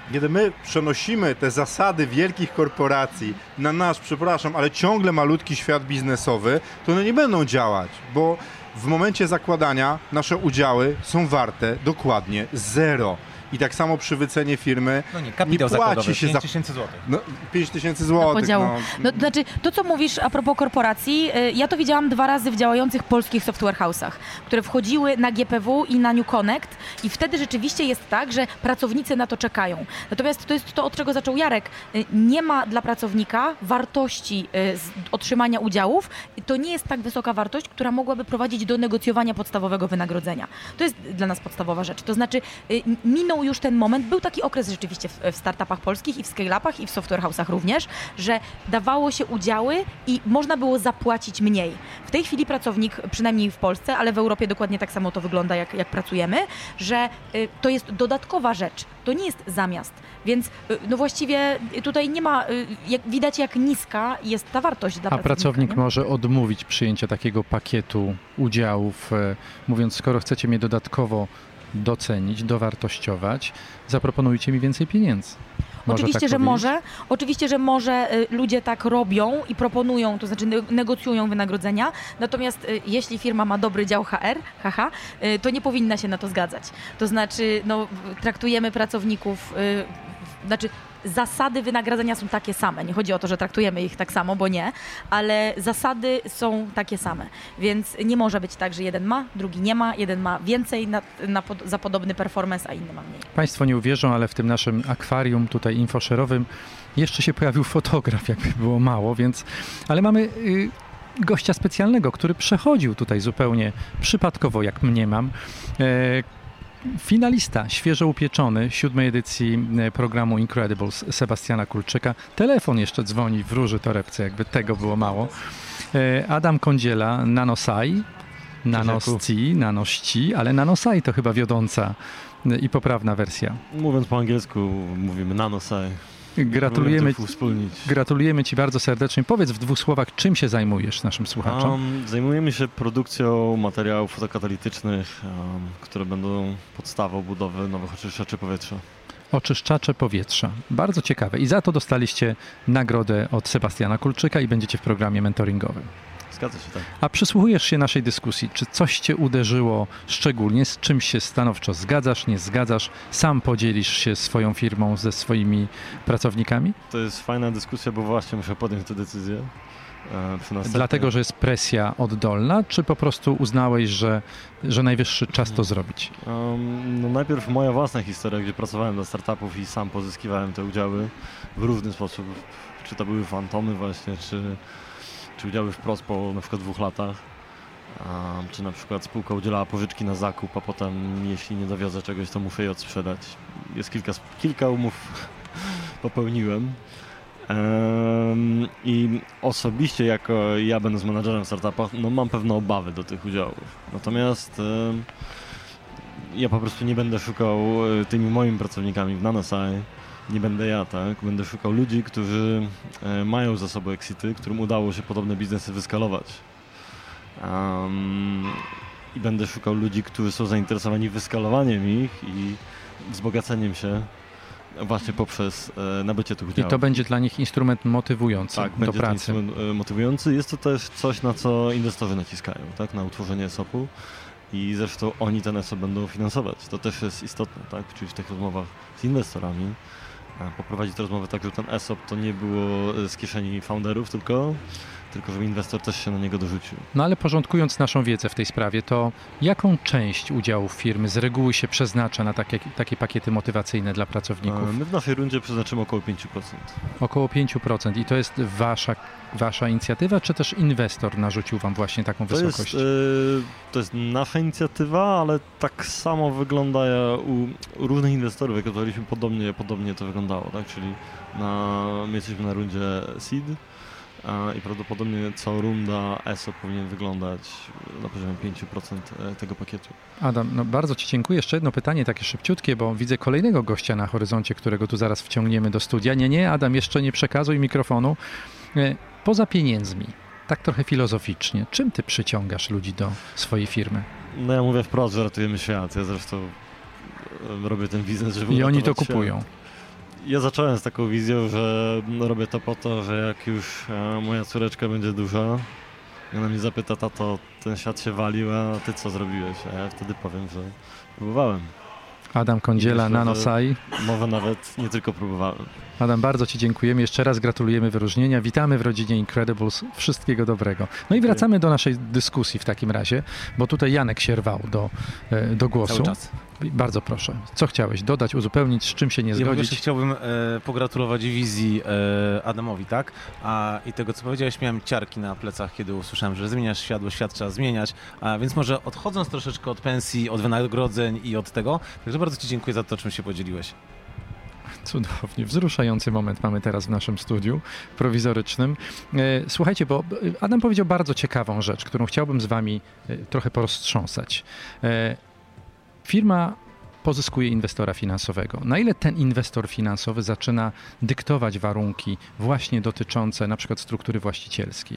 Kiedy my przenosimy te zasady wielkich korporacji na nasz, przepraszam, ale ciągle malutki świat biznesowy, to one nie będą działać, bo w momencie zakładania nasze udziały są warte dokładnie 0. I tak samo przy wycenie firmy kapitał nie płaci zakładowy, się 5 za... tysięcy złotych. No, 5 tysięcy złotych. Podziału. No, to znaczy, to co mówisz a propos korporacji, ja to widziałam 2 razy w działających polskich software house'ach, które wchodziły na GPW i na New Connect i wtedy rzeczywiście jest tak, że pracownicy na to czekają. Natomiast to jest to, od czego zaczął Jarek. Nie ma dla pracownika wartości z otrzymania udziałów. To nie jest tak wysoka wartość, która mogłaby prowadzić do negocjowania podstawowego wynagrodzenia. To jest dla nas podstawowa rzecz. To znaczy, minął już ten moment, był taki okres rzeczywiście w startupach polskich i w scale-upach i w software house'ach również, że dawało się udziały i można było zapłacić mniej. W tej chwili pracownik, przynajmniej w Polsce, ale w Europie dokładnie tak samo to wygląda, jak pracujemy, że to jest dodatkowa rzecz, to nie jest zamiast. Więc no właściwie tutaj nie ma, widać jak niska jest ta wartość dla pracownika. A pracownik nie? może odmówić przyjęcia takiego pakietu udziałów, mówiąc, skoro chcecie mnie dodatkowo docenić, dowartościować, zaproponujcie mi więcej pieniędzy. Oczywiście, tak że powiedzieć? może. Oczywiście, że może. Ludzie tak robią i proponują, to znaczy negocjują wynagrodzenia. Natomiast jeśli firma ma dobry dział HR, to nie powinna się na to zgadzać. To znaczy, no, traktujemy pracowników, zasady wynagradzania są takie same. Nie chodzi o to, że traktujemy ich tak samo, bo nie, ale zasady są takie same. Więc nie może być tak, że jeden ma, drugi nie ma, jeden ma więcej za podobny performance, a inny ma mniej. Państwo nie uwierzą, ale w tym naszym akwarium tutaj infoszerowym jeszcze się pojawił fotograf, jakby było mało, więc... Ale mamy gościa specjalnego, który przechodził tutaj zupełnie przypadkowo, jak mniemam. Finalista, świeżo upieczony 7. edycji programu Incredibles Sebastiana Kulczyka. Telefon jeszcze dzwoni w róży torebce, jakby tego było mało. Adam Kądziela, Nanosai, Nanosci, Naności, ale Nanosai to chyba wiodąca i poprawna wersja. Mówiąc po angielsku, mówimy Nanosai. Gratulujemy Ci bardzo serdecznie. Powiedz w 2 słowach, czym się zajmujesz naszym słuchaczom? Zajmujemy się produkcją materiałów fotokatalitycznych, które będą podstawą budowy nowych oczyszczaczy powietrza. Oczyszczacze powietrza. Bardzo ciekawe. I za to dostaliście nagrodę od Sebastiana Kulczyka i będziecie w programie mentoringowym. Zgadza się, tak. A przysłuchujesz się naszej dyskusji. Czy coś Cię uderzyło szczególnie? Z czymś się stanowczo zgadzasz, nie zgadzasz? Sam podzielisz się swoją firmą ze swoimi pracownikami? To jest fajna dyskusja, bo właśnie muszę podjąć tę decyzję. Dlatego, że jest presja oddolna, czy po prostu uznałeś, że najwyższy czas to zrobić? No najpierw moja własna historia, gdzie pracowałem dla startupów i sam pozyskiwałem te udziały w różny sposób. Czy to były fantomy właśnie, czy udziały wprost po na przykład 2 latach, czy na przykład spółka udzielała pożyczki na zakup, a potem jeśli nie dowiozę czegoś, to muszę je odsprzedać. Jest kilka umów popełniłem. I osobiście, jako ja będąc menadżerem w startupach, no mam pewne obawy do tych udziałów. Natomiast ja po prostu nie będę szukał tymi moimi pracownikami w Nanosai. Nie będę ja, tak? Będę szukał ludzi, którzy mają za sobą exity, którym udało się podobne biznesy wyskalować. I będę szukał ludzi, którzy są zainteresowani wyskalowaniem ich i wzbogaceniem się właśnie poprzez nabycie tych udziałów. I to będzie dla nich instrument motywujący tak, do pracy. Tak, będzie to instrument motywujący. Jest to też coś, na co inwestorzy naciskają, tak? Na utworzenie ESOP-u. I zresztą oni ten ESOP będą finansować. To też jest istotne, tak? Czyli w tych rozmowach z inwestorami poprowadzić te rozmowy tak, żeby ten ESOP to nie było z kieszeni founderów, tylko żeby inwestor też się na niego dorzucił. No ale porządkując naszą wiedzę w tej sprawie, to jaką część udziałów firmy z reguły się przeznacza na takie pakiety motywacyjne dla pracowników? My w naszej rundzie przeznaczymy około 5%. Około 5%. I to jest wasza inicjatywa, czy też inwestor narzucił wam właśnie taką wysokość? To jest nasza inicjatywa, ale tak samo wygląda u różnych inwestorów, jak rozmawialiśmy, podobnie to wyglądało, tak? Czyli my jesteśmy na rundzie seed i prawdopodobnie cała runda ESOP powinien wyglądać na poziomie 5% tego pakietu. Adam, no bardzo Ci dziękuję. Jeszcze jedno pytanie takie szybciutkie, bo widzę kolejnego gościa na horyzoncie, którego tu zaraz wciągniemy do studia. Nie, Adam, jeszcze nie przekazuj mikrofonu. Poza pieniędzmi, tak trochę filozoficznie, czym Ty przyciągasz ludzi do swojej firmy? No ja mówię wprost, że ratujemy świat. Ja zresztą robię ten biznes, żeby I oni to świat. kupują. Ja zacząłem z taką wizją, że robię to po to, że jak już moja córeczka będzie duża, i ona mnie zapyta, tato, ten świat się walił, a ty co zrobiłeś? A ja wtedy powiem, że próbowałem. Adam Kądziela, Myślę, Nanosai. Może nawet nie tylko próbowałem. Adam, bardzo Ci dziękujemy. Jeszcze raz gratulujemy wyróżnienia. Witamy w rodzinie Incredibles. Wszystkiego dobrego. No i wracamy do naszej dyskusji w takim razie, bo tutaj Janek się rwał do głosu. Cały czas. Bardzo proszę. Co chciałeś dodać, uzupełnić, z czym się nie Ja po prostu zgodzić? chciałbym pogratulować wizji Adamowi, tak? I tego, co powiedziałeś, miałem ciarki na plecach, kiedy usłyszałem, że zmieniasz świat, bo świat trzeba zmieniać. Więc może odchodząc troszeczkę od pensji, od wynagrodzeń i od tego, także bardzo Ci dziękuję za to, czym się podzieliłeś. Cudownie. Wzruszający moment mamy teraz w naszym studiu prowizorycznym. Słuchajcie, bo Adam powiedział bardzo ciekawą rzecz, którą chciałbym z Wami trochę poroztrząsać. Firma pozyskuje inwestora finansowego. Na ile ten inwestor finansowy zaczyna dyktować warunki właśnie dotyczące na przykład struktury właścicielskiej?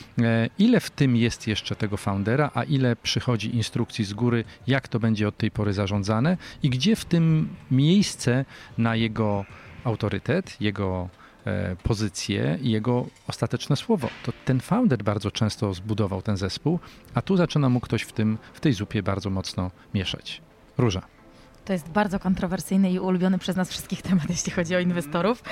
Ile w tym jest jeszcze tego foundera, a ile przychodzi instrukcji z góry, jak to będzie od tej pory zarządzane i gdzie w tym miejsce na jego autorytet, jego pozycję i jego ostateczne słowo. To ten founder bardzo często zbudował ten zespół, a tu zaczyna mu ktoś w tej zupie bardzo mocno mieszać. Róża. To jest bardzo kontrowersyjny i ulubiony przez nas wszystkich temat, jeśli chodzi o inwestorów.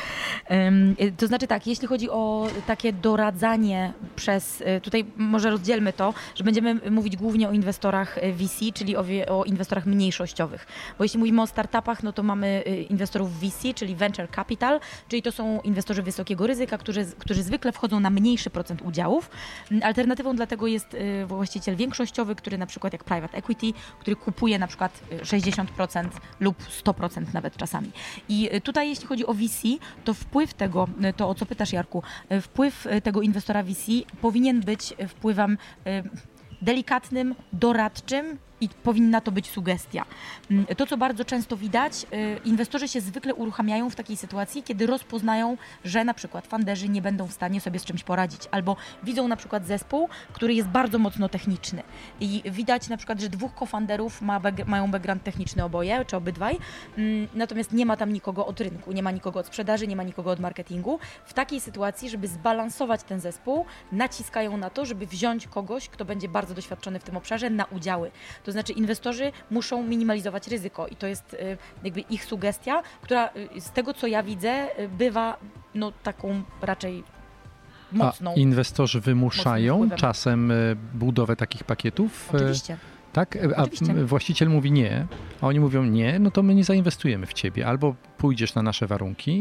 To znaczy tak, jeśli chodzi o takie doradzanie tutaj może rozdzielmy to, że będziemy mówić głównie o inwestorach VC, czyli o inwestorach mniejszościowych. Bo jeśli mówimy o startupach, no to mamy inwestorów VC, czyli Venture Capital, czyli to są inwestorzy wysokiego ryzyka, którzy zwykle wchodzą na mniejszy procent udziałów. Alternatywą dla tego jest właściciel większościowy, który na przykład jak private equity, który kupuje na przykład 60% lub 100% nawet czasami. I tutaj jeśli chodzi o VC, to wpływ tego, to o co pytasz Jarku, wpływ tego inwestora VC powinien być wpływem delikatnym, doradczym i powinna to być sugestia. To, co bardzo często widać, inwestorzy się zwykle uruchamiają w takiej sytuacji, kiedy rozpoznają, że na przykład funderzy nie będą w stanie sobie z czymś poradzić, albo widzą na przykład zespół, który jest bardzo mocno techniczny i widać na przykład, że dwóch co-founderów mają background techniczny oboje, czy obydwaj, natomiast nie ma tam nikogo od rynku, nie ma nikogo od sprzedaży, nie ma nikogo od marketingu. W takiej sytuacji, żeby zbalansować ten zespół, naciskają na to, żeby wziąć kogoś, kto będzie bardzo doświadczony w tym obszarze, na udziały. To znaczy inwestorzy muszą minimalizować ryzyko i to jest jakby ich sugestia, która z tego, co ja widzę, bywa taką raczej mocną. A inwestorzy wymuszają czasem budowę takich pakietów? Oczywiście. Tak? A Oczywiście. właściciel mówi nie, a oni mówią nie, no to my nie zainwestujemy w ciebie. Albo pójdziesz na nasze warunki,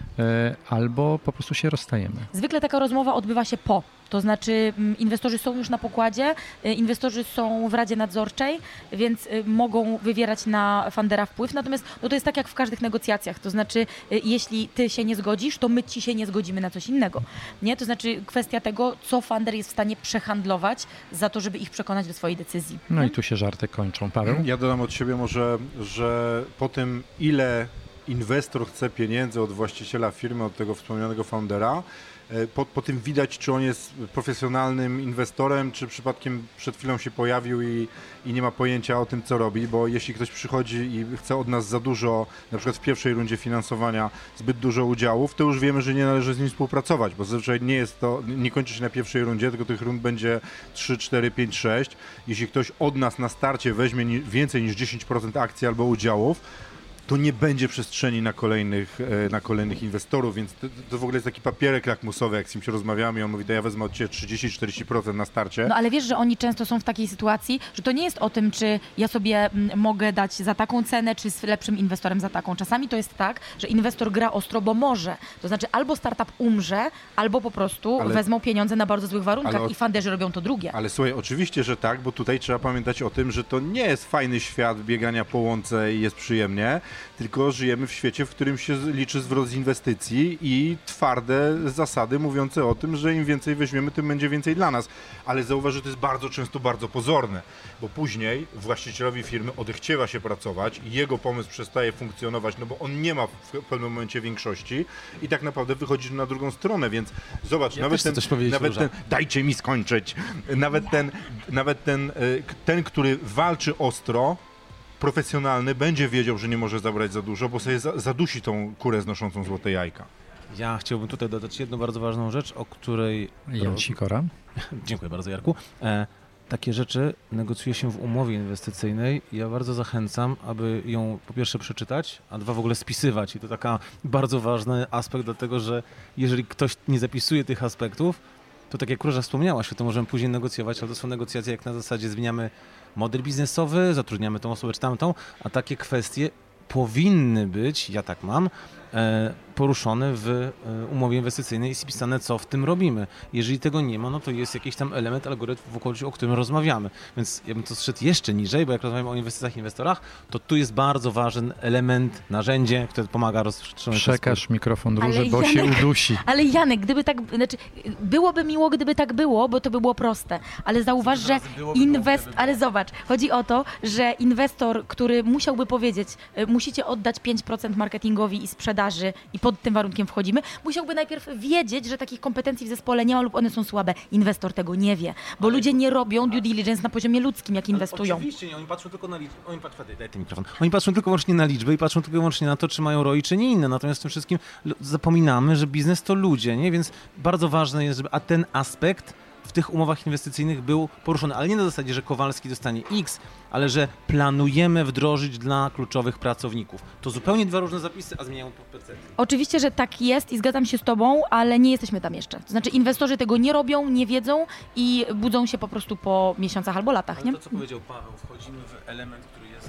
albo po prostu się rozstajemy. Zwykle taka rozmowa odbywa się po. To znaczy inwestorzy są już na pokładzie, inwestorzy są w Radzie Nadzorczej, więc mogą wywierać na fundera wpływ. Natomiast to jest tak jak w każdych negocjacjach. To znaczy jeśli ty się nie zgodzisz, to my ci się nie zgodzimy na coś innego. Nie? To znaczy kwestia tego, co funder jest w stanie przehandlować za to, żeby ich przekonać do swojej decyzji. No i tu się żarty kończą. Paweł? Ja dodam od siebie może, że po tym ile inwestor chce pieniędzy od właściciela firmy, od tego wspomnianego foundera, po tym widać, czy on jest profesjonalnym inwestorem, czy przypadkiem przed chwilą się pojawił i nie ma pojęcia o tym, co robi, bo jeśli ktoś przychodzi i chce od nas za dużo, na przykład w pierwszej rundzie finansowania, zbyt dużo udziałów, to już wiemy, że nie należy z nim współpracować, bo zazwyczaj nie kończy się na pierwszej rundzie, tylko tych rund będzie 3, 4, 5, 6. Jeśli ktoś od nas na starcie weźmie więcej niż 10% akcji albo udziałów, to nie będzie przestrzeni na kolejnych inwestorów, więc to w ogóle jest taki papierek lakmusowy, jak z nim się rozmawiamy i on mówi, to ja wezmę od Ciebie 30-40% na starcie. No ale wiesz, że oni często są w takiej sytuacji, że to nie jest o tym, czy ja sobie mogę dać za taką cenę, czy z lepszym inwestorem za taką. Czasami to jest tak, że inwestor gra ostro, bo może. To znaczy albo startup umrze, albo po prostu wezmą pieniądze na bardzo złych warunkach i funderzy robią to drugie. Ale słuchaj, oczywiście, że tak, bo tutaj trzeba pamiętać o tym, że to nie jest fajny świat biegania po łące i jest przyjemnie, tylko żyjemy w świecie, w którym się liczy zwrot z inwestycji i twarde zasady mówiące o tym, że im więcej weźmiemy, tym będzie więcej dla nas. Ale zauważ, że to jest bardzo często bardzo pozorne, bo później właścicielowi firmy odechciewa się pracować i jego pomysł przestaje funkcjonować, no bo on nie ma w pewnym momencie większości i tak naprawdę wychodzi na drugą stronę, więc zobacz, dajcie mi skończyć, nawet ten, który walczy ostro, profesjonalny będzie wiedział, że nie może zabrać za dużo, bo sobie zadusi tą kurę znoszącą złote jajka. Ja chciałbym tutaj dodać jedną bardzo ważną rzecz, o której... Jan Sikora. Dziękuję bardzo, Jarku. Takie rzeczy negocjuje się w umowie inwestycyjnej. Ja bardzo zachęcam, aby ją po pierwsze przeczytać, a dwa w ogóle spisywać. I to taka bardzo ważny aspekt, dlatego że jeżeli ktoś nie zapisuje tych aspektów, to tak jak Róża wspomniałaś, to możemy później negocjować, ale to są negocjacje jak na zasadzie zmieniamy model biznesowy, zatrudniamy tą osobę czy tamtą, a takie kwestie powinny być, ja tak mam, poruszone w umowie inwestycyjnej i spisane, co w tym robimy. Jeżeli tego nie ma, no to jest jakiś tam element, algorytm, o którym rozmawiamy. Więc ja bym to zszedł jeszcze niżej, bo jak rozmawiamy o inwestycjach i inwestorach, to tu jest bardzo ważny element, narzędzie, które pomaga rozstrzygać. Przekaż mikrofon Róży, bo się udusi. Ale Janek, gdyby tak, znaczy byłoby miło, gdyby tak było, bo to by było proste, ale zauważ, że ale zobacz, chodzi o to, że inwestor, który musiałby powiedzieć, musicie oddać 5% marketingowi i sprzedaży i pod tym warunkiem wchodzimy, musiałby najpierw wiedzieć, że takich kompetencji w zespole nie ma lub one są słabe. Inwestor tego nie wie, bo ludzie nie robią due diligence na poziomie ludzkim, jak inwestują. Oczywiście nie, oni patrzą tylko na liczby. Daj ten mikrofon. Oni patrzą tylko wyłącznie na liczby i patrzą tylko wyłącznie na to, czy mają ROI, czy nie inne. Natomiast w tym wszystkim zapominamy, że biznes to ludzie, nie? Więc bardzo ważne jest, żeby ten aspekt w tych umowach inwestycyjnych był poruszony, ale nie na zasadzie, że Kowalski dostanie X, ale że planujemy wdrożyć dla kluczowych pracowników. To zupełnie dwa różne zapisy, a zmieniają percepcję. Oczywiście, że tak jest i zgadzam się z tobą, ale nie jesteśmy tam jeszcze. To znaczy inwestorzy tego nie robią, nie wiedzą i budzą się po prostu po miesiącach albo latach, ale nie? To, co powiedział Paweł, wchodzimy w element, który jest...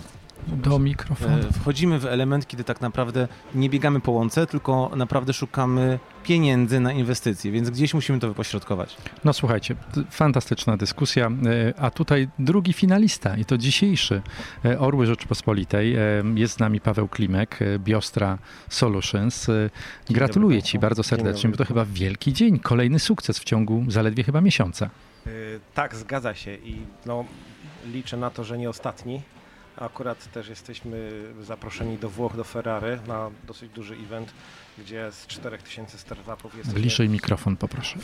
Do mikrofonu. Wchodzimy w element, kiedy tak naprawdę nie biegamy po łące, tylko naprawdę szukamy pieniędzy na inwestycje, więc gdzieś musimy to wypośrodkować. No słuchajcie, fantastyczna dyskusja, a tutaj drugi finalista i to dzisiejszy Orły Rzeczypospolitej. Jest z nami Paweł Klimek, Biostra Solutions. Gratuluję Ci bardzo serdecznie, bo to chyba wielki dzień, kolejny sukces w ciągu zaledwie chyba miesiąca. Tak, zgadza się i no, liczę na to, że nie ostatni. Akurat też jesteśmy zaproszeni do Włoch, do Ferrari na dosyć duży event, gdzie z 4000 startupów jesteśmy... Bliżej mikrofon poproszę.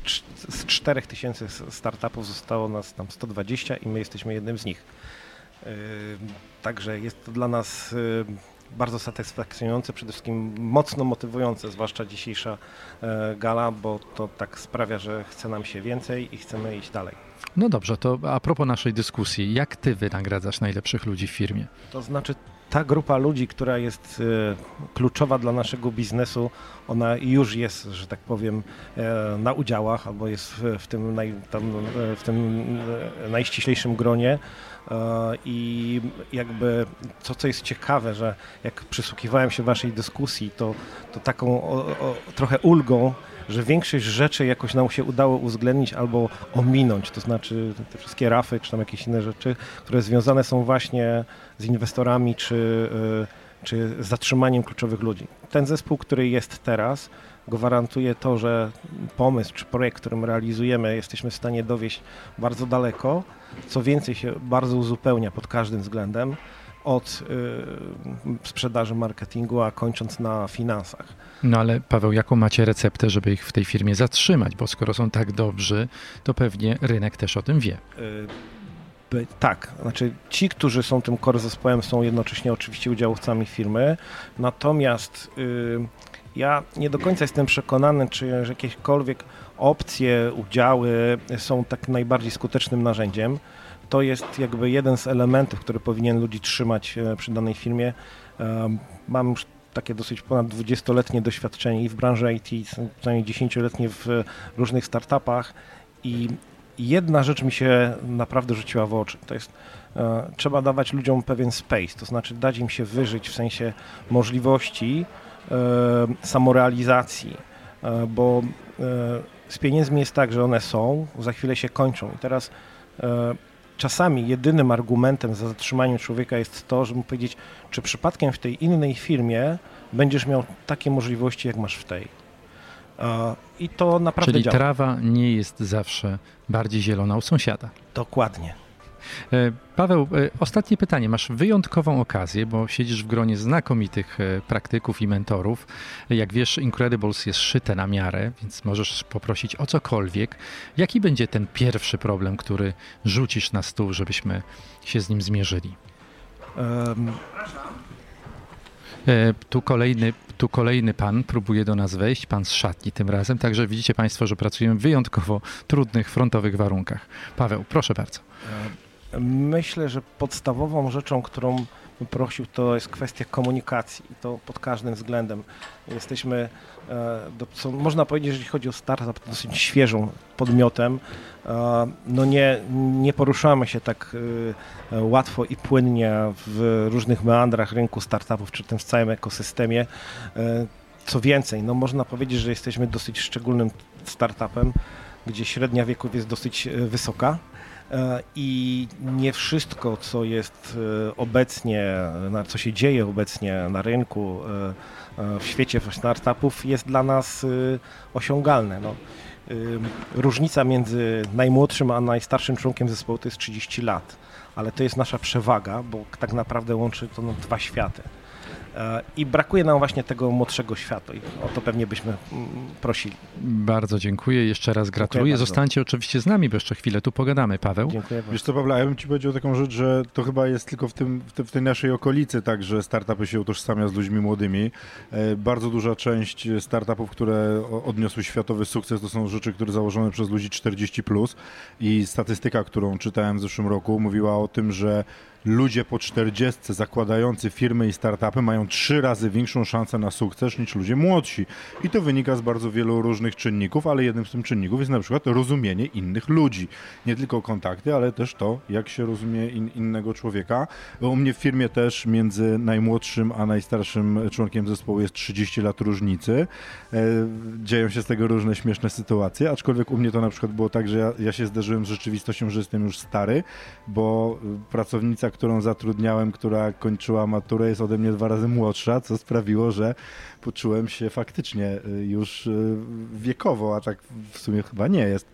Z 4000 startupów zostało nas tam 120 i my jesteśmy jednym z nich. Także jest to dla nas bardzo satysfakcjonujące, przede wszystkim mocno motywujące, zwłaszcza dzisiejsza gala, bo to tak sprawia, że chce nam się więcej i chcemy iść dalej. No dobrze, to a propos naszej dyskusji, jak Ty wynagradzasz najlepszych ludzi w firmie? To znaczy ta grupa ludzi, która jest kluczowa dla naszego biznesu, ona już jest, że tak powiem, na udziałach albo jest w tym najściślejszym gronie. I jakby to, co jest ciekawe, że jak przysłuchiwałem się waszej dyskusji, to taką trochę ulgą, że większość rzeczy jakoś nam się udało uwzględnić albo ominąć, to znaczy te wszystkie rafy czy tam jakieś inne rzeczy, które związane są właśnie z inwestorami czy zatrzymaniem kluczowych ludzi. Ten zespół, który jest teraz, gwarantuje to, że pomysł czy projekt, którym realizujemy, jesteśmy w stanie dowieść bardzo daleko, co więcej się bardzo uzupełnia pod każdym względem, od sprzedaży, marketingu, a kończąc na finansach. No ale Paweł, jaką macie receptę, żeby ich w tej firmie zatrzymać? Bo skoro są tak dobrzy, to pewnie rynek też o tym wie. Tak, znaczy ci, którzy są tym core zespołem, są jednocześnie oczywiście udziałowcami firmy, natomiast ja nie do końca jestem przekonany, czy jakiekolwiek opcje, udziały są tak najbardziej skutecznym narzędziem. To jest jakby jeden z elementów, który powinien ludzi trzymać przy danej firmie. Mam już takie dosyć ponad 20-letnie doświadczenie i w branży IT, co najmniej 10-letnie w różnych startupach i jedna rzecz mi się naprawdę rzuciła w oczy. To jest, trzeba dawać ludziom pewien space, to znaczy dać im się wyżyć w sensie możliwości samorealizacji, bo z pieniędzmi jest tak, że one są, za chwilę się kończą i teraz czasami jedynym argumentem za zatrzymaniem człowieka jest to, żeby mu powiedzieć, czy przypadkiem w tej innej firmie będziesz miał takie możliwości, jak masz w tej. I to naprawdę Czyli działa. trawa nie jest zawsze bardziej zielona u sąsiada. Dokładnie. Paweł, ostatnie pytanie. Masz wyjątkową okazję, bo siedzisz w gronie znakomitych praktyków i mentorów. Jak wiesz, Incredibles jest szyte na miarę, więc możesz poprosić o cokolwiek. Jaki będzie ten pierwszy problem, który rzucisz na stół, żebyśmy się z nim zmierzyli? Tu kolejny pan próbuje do nas wejść, pan z szatni tym razem, także widzicie Państwo, że pracujemy w wyjątkowo trudnych, frontowych warunkach. Paweł, proszę bardzo. Myślę, że podstawową rzeczą, którą bym prosił, to jest kwestia komunikacji i to pod każdym względem. Jesteśmy, co można powiedzieć, jeżeli chodzi o startup, dosyć świeżą podmiotem. No nie poruszamy się tak łatwo i płynnie w różnych meandrach rynku startupów, czy tym w całym ekosystemie. Co więcej, no można powiedzieć, że jesteśmy dosyć szczególnym startupem, gdzie średnia wieków jest dosyć wysoka. I nie wszystko, co jest obecnie, co się dzieje obecnie na rynku, w świecie startupów jest dla nas osiągalne. No, różnica między najmłodszym a najstarszym członkiem zespołu to jest 30 lat, ale to jest nasza przewaga, bo tak naprawdę łączy to dwa światy. I brakuje nam właśnie tego młodszego świata i o to pewnie byśmy prosili. Bardzo dziękuję, jeszcze raz gratuluję. Zostańcie oczywiście z nami, bo jeszcze chwilę tu pogadamy. Paweł? Dziękuję bardzo. Wiesz co, Pawle, ja bym ci powiedział taką rzecz, że to chyba jest tylko w tej naszej okolicy tak, że startupy się utożsamia z ludźmi młodymi. Bardzo duża część startupów, które odniosły światowy sukces, to są rzeczy, które założone przez ludzi 40+. I statystyka, którą czytałem w zeszłym roku, mówiła o tym, że ludzie po 40 zakładający firmy i startupy mają 3 razy większą szansę na sukces niż ludzie młodsi. I to wynika z bardzo wielu różnych czynników, ale jednym z tych czynników jest na przykład rozumienie innych ludzi. Nie tylko kontakty, ale też to, jak się rozumie innego człowieka. U mnie w firmie też między najmłodszym a najstarszym członkiem zespołu jest 30 lat różnicy. Dzieją się z tego różne śmieszne sytuacje, aczkolwiek u mnie to na przykład było tak, że ja się zderzyłem z rzeczywistością, że jestem już stary, bo pracownica, którą zatrudniałem, która kończyła maturę, jest ode mnie 2 razy młodsza, co sprawiło, że poczułem się faktycznie już wiekowo, a tak w sumie chyba nie jest.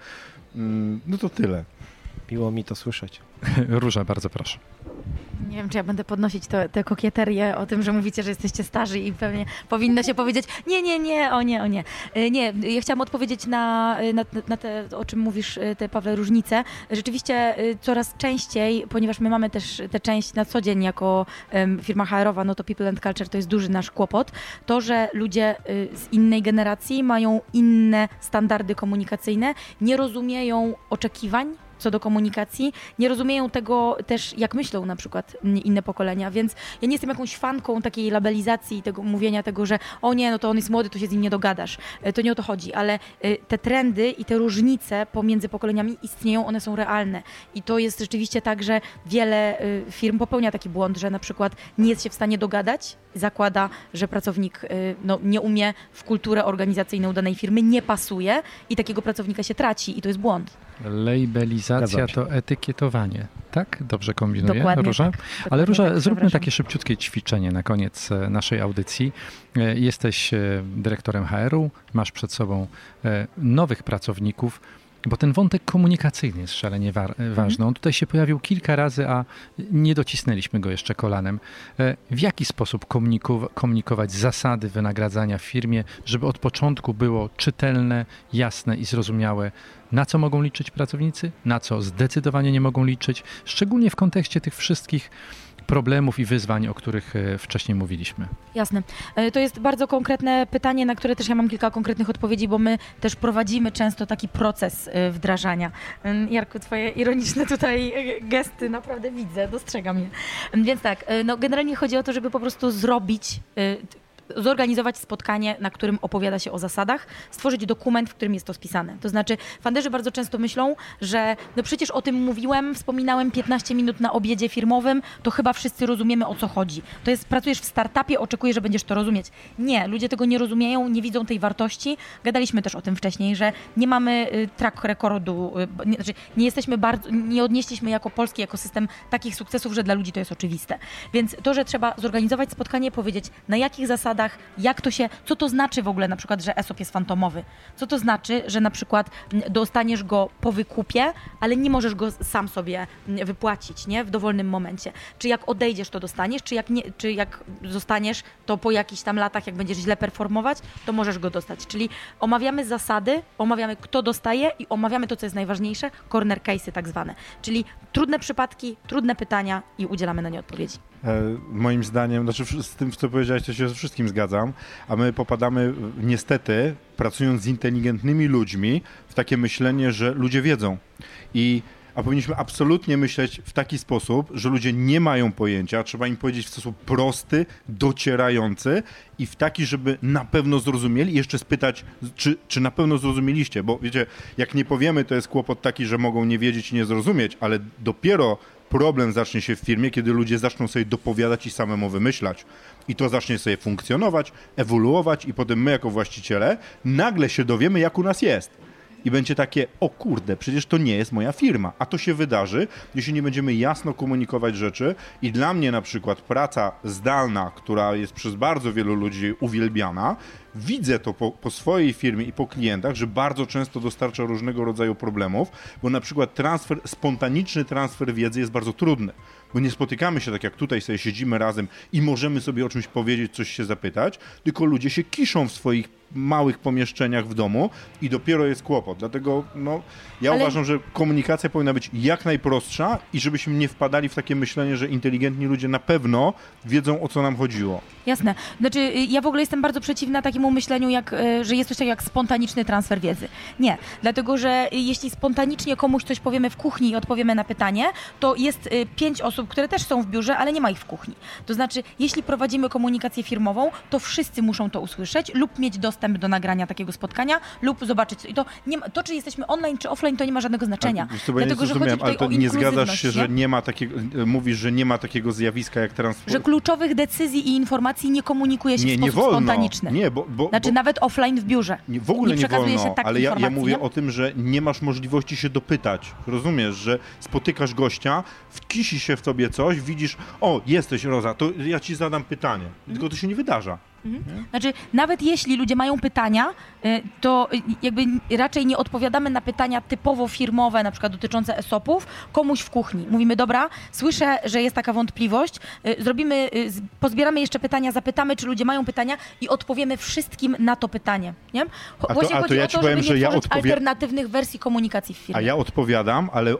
No to tyle. Miło mi to słyszeć. Róża, bardzo proszę. Nie wiem, czy ja będę podnosić te kokieterie o tym, że mówicie, że jesteście starzy i pewnie powinno się powiedzieć o nie. Nie, ja chciałam odpowiedzieć na te, o czym mówisz, te, Pawle, różnice. Rzeczywiście coraz częściej, ponieważ my mamy też tę część na co dzień jako firma HR-owa, no to People and Culture to jest duży nasz kłopot, to, że ludzie z innej generacji mają inne standardy komunikacyjne, nie rozumieją oczekiwań co do komunikacji, nie rozumieją tego też, jak myślą na przykład inne pokolenia, więc ja nie jestem jakąś fanką takiej labelizacji, tego mówienia tego, że o nie, no to on jest młody, to się z nim nie dogadasz. To nie o to chodzi, ale te trendy i te różnice pomiędzy pokoleniami istnieją, one są realne i to jest rzeczywiście tak, że wiele firm popełnia taki błąd, że na przykład nie jest się w stanie dogadać, zakłada, że pracownik nie umie w kulturę organizacyjną danej firmy, nie pasuje i takiego pracownika się traci i to jest błąd. Labelizacja to etykietowanie, tak? Dobrze kombinuję, dokładnie Róża? Tak. Ale Róża, tak, zróbmy takie szybciutkie ćwiczenie na koniec naszej audycji. Jesteś dyrektorem HR-u, masz przed sobą nowych pracowników, bo ten wątek komunikacyjny jest szalenie ważny. On tutaj się pojawił kilka razy, a nie docisnęliśmy go jeszcze kolanem. W jaki sposób komunikować zasady wynagradzania w firmie, żeby od początku było czytelne, jasne i zrozumiałe, na co mogą liczyć pracownicy, na co zdecydowanie nie mogą liczyć, szczególnie w kontekście tych wszystkich problemów i wyzwań, o których wcześniej mówiliśmy. Jasne. To jest bardzo konkretne pytanie, na które też ja mam kilka konkretnych odpowiedzi, bo my też prowadzimy często taki proces wdrażania. Jarku, twoje ironiczne tutaj gesty naprawdę widzę, dostrzegam je. Więc tak, generalnie chodzi o to, żeby po prostu zorganizować spotkanie, na którym opowiada się o zasadach, stworzyć dokument, w którym jest to spisane. To znaczy, founderzy bardzo często myślą, że przecież o tym mówiłem, wspominałem 15 minut na obiedzie firmowym, to chyba wszyscy rozumiemy, o co chodzi. To jest, pracujesz w startupie, oczekujesz, że będziesz to rozumieć. Nie, ludzie tego nie rozumieją, nie widzą tej wartości. Gadaliśmy też o tym wcześniej, że nie mamy track recordu, nie odnieśliśmy jako polski ekosystem takich sukcesów, że dla ludzi to jest oczywiste. Więc to, że trzeba zorganizować spotkanie, powiedzieć, na jakich zasadach przykładach, co to znaczy w ogóle na przykład, że ESOP jest fantomowy. Co to znaczy, że na przykład dostaniesz go po wykupie, ale nie możesz go sam sobie wypłacić, nie? W dowolnym momencie. Czy jak odejdziesz, to dostaniesz, czy jak zostaniesz, to po jakichś tam latach, jak będziesz źle performować, to możesz go dostać. Czyli omawiamy zasady, omawiamy kto dostaje i omawiamy to, co jest najważniejsze, corner case'y tak zwane. Czyli trudne przypadki, trudne pytania i udzielamy na nie odpowiedzi. Moim zdaniem, z tym, co powiedziałeś, to się ze wszystkim zgadzam, a my popadamy niestety, pracując z inteligentnymi ludźmi, w takie myślenie, że ludzie wiedzą. A powinniśmy absolutnie myśleć w taki sposób, że ludzie nie mają pojęcia, trzeba im powiedzieć w sposób prosty, docierający i w taki, żeby na pewno zrozumieli i jeszcze spytać, czy na pewno zrozumieliście, bo wiecie, jak nie powiemy, to jest kłopot taki, że mogą nie wiedzieć i nie zrozumieć, ale dopiero problem zacznie się w firmie, kiedy ludzie zaczną sobie dopowiadać i samemu wymyślać. I to zacznie sobie funkcjonować, ewoluować i potem my jako właściciele nagle się dowiemy, jak u nas jest. I będzie takie, o kurde, przecież to nie jest moja firma. A to się wydarzy, jeśli nie będziemy jasno komunikować rzeczy. I dla mnie na przykład praca zdalna, która jest przez bardzo wielu ludzi uwielbiana, widzę to po swojej firmie i po klientach, że bardzo często dostarcza różnego rodzaju problemów, bo na przykład spontaniczny transfer wiedzy jest bardzo trudny. Bo nie spotykamy się tak jak tutaj, sobie siedzimy razem i możemy sobie o czymś powiedzieć, coś się zapytać, tylko ludzie się kiszą w swoich małych pomieszczeniach w domu i dopiero jest kłopot. Dlatego uważam, że komunikacja powinna być jak najprostsza i żebyśmy nie wpadali w takie myślenie, że inteligentni ludzie na pewno wiedzą, o co nam chodziło. Jasne. Znaczy, ja w ogóle jestem bardzo przeciwna takiemu myśleniu, że jest coś takiego jak spontaniczny transfer wiedzy. Nie. Dlatego, że jeśli spontanicznie komuś coś powiemy w kuchni i odpowiemy na pytanie, to jest 5 osób, które też są w biurze, ale nie ma ich w kuchni. To znaczy, jeśli prowadzimy komunikację firmową, to wszyscy muszą to usłyszeć lub mieć dostęp do nagrania takiego spotkania lub zobaczyć. I to czy jesteśmy online, czy offline, to nie ma żadnego znaczenia. Dlatego, że chodzi tutaj o nie zgadzasz się, że nie ma takiego, mówisz, że nie ma takiego zjawiska jak transfer. Że kluczowych decyzji i informacji nie komunikuje się w sposób spontaniczny. Nie, znaczy nawet offline w biurze. W ogóle nie wolno, się ale ja mówię o tym, że nie masz możliwości się dopytać. Rozumiesz, że spotykasz gościa, wkisi się w tobie coś, widzisz, o, jesteś Roza, to ja ci zadam pytanie. Tylko to się nie wydarza. Znaczy, nawet jeśli ludzie mają pytania, to jakby raczej nie odpowiadamy na pytania typowo firmowe, na przykład dotyczące ESOP-ów, komuś w kuchni. Mówimy, dobra, słyszę, że jest taka wątpliwość, pozbieramy jeszcze pytania, zapytamy, czy ludzie mają pytania i odpowiemy wszystkim na to pytanie. Nie? Właśnie chodzi o to, żeby nie tworzyć alternatywnych wersji komunikacji w firmie. A ja odpowiadam, ale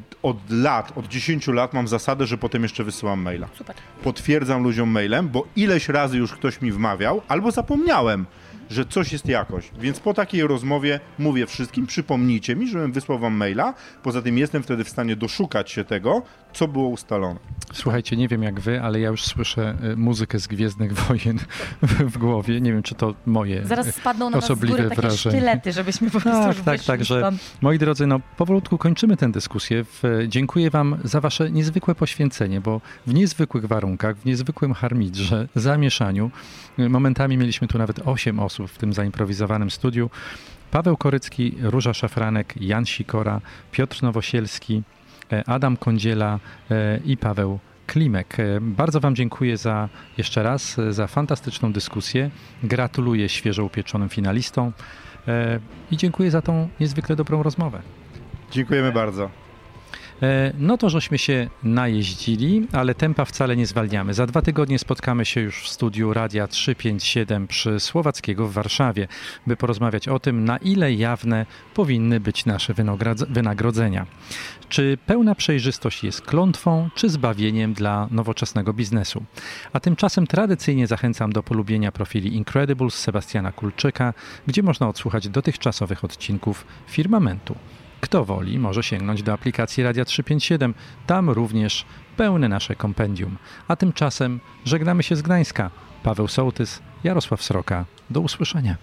od 10 lat mam zasadę, że potem jeszcze wysyłam maila. Super. Potwierdzam ludziom mailem, bo ileś razy już ktoś mi wmawiał, albo zapomniałem, że coś jest jakoś. Więc po takiej rozmowie mówię wszystkim, przypomnijcie mi, żebym wysłał wam maila. Poza tym jestem wtedy w stanie doszukać się tego, co było ustalone. Słuchajcie, nie wiem jak wy, ale ja już słyszę muzykę z Gwiezdnych Wojen w głowie. Nie wiem, czy to moje zaraz spadną na osobliwe was z góry takie wrażenie. sztylety, żebyśmy po prostu Tak, że moi drodzy, powolutku kończymy tę dyskusję. Dziękuję wam za wasze niezwykłe poświęcenie, bo w niezwykłych warunkach, w niezwykłym harmidrze, zamieszaniu, momentami mieliśmy tu nawet 8 osób w tym zaimprowizowanym studiu. Paweł Korycki, Róża Szafranek, Jan Sikora, Piotr Nowosielski, Adam Kądziela i Paweł Klimek. Bardzo wam dziękuję jeszcze raz za fantastyczną dyskusję. Gratuluję świeżo upieczonym finalistom i dziękuję za tą niezwykle dobrą rozmowę. Dziękujemy bardzo. No to żeśmy się najeździli, ale tempa wcale nie zwalniamy. Za 2 tygodnie spotkamy się już w studiu Radia 357 przy Słowackiego w Warszawie, by porozmawiać o tym, na ile jawne powinny być nasze wynagrodzenia. Czy pełna przejrzystość jest klątwą, czy zbawieniem dla nowoczesnego biznesu? A tymczasem tradycyjnie zachęcam do polubienia profili Incredibles Sebastiana Kulczyka, gdzie można odsłuchać dotychczasowych odcinków Firmamentu. Kto woli, może sięgnąć do aplikacji Radia 357. Tam również pełne nasze kompendium. A tymczasem żegnamy się z Gdańska. Paweł Sołtys, Jarosław Sroka. Do usłyszenia.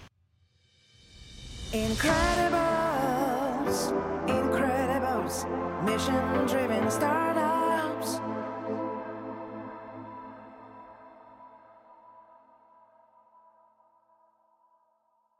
Incredibles, Mission Driven Startups.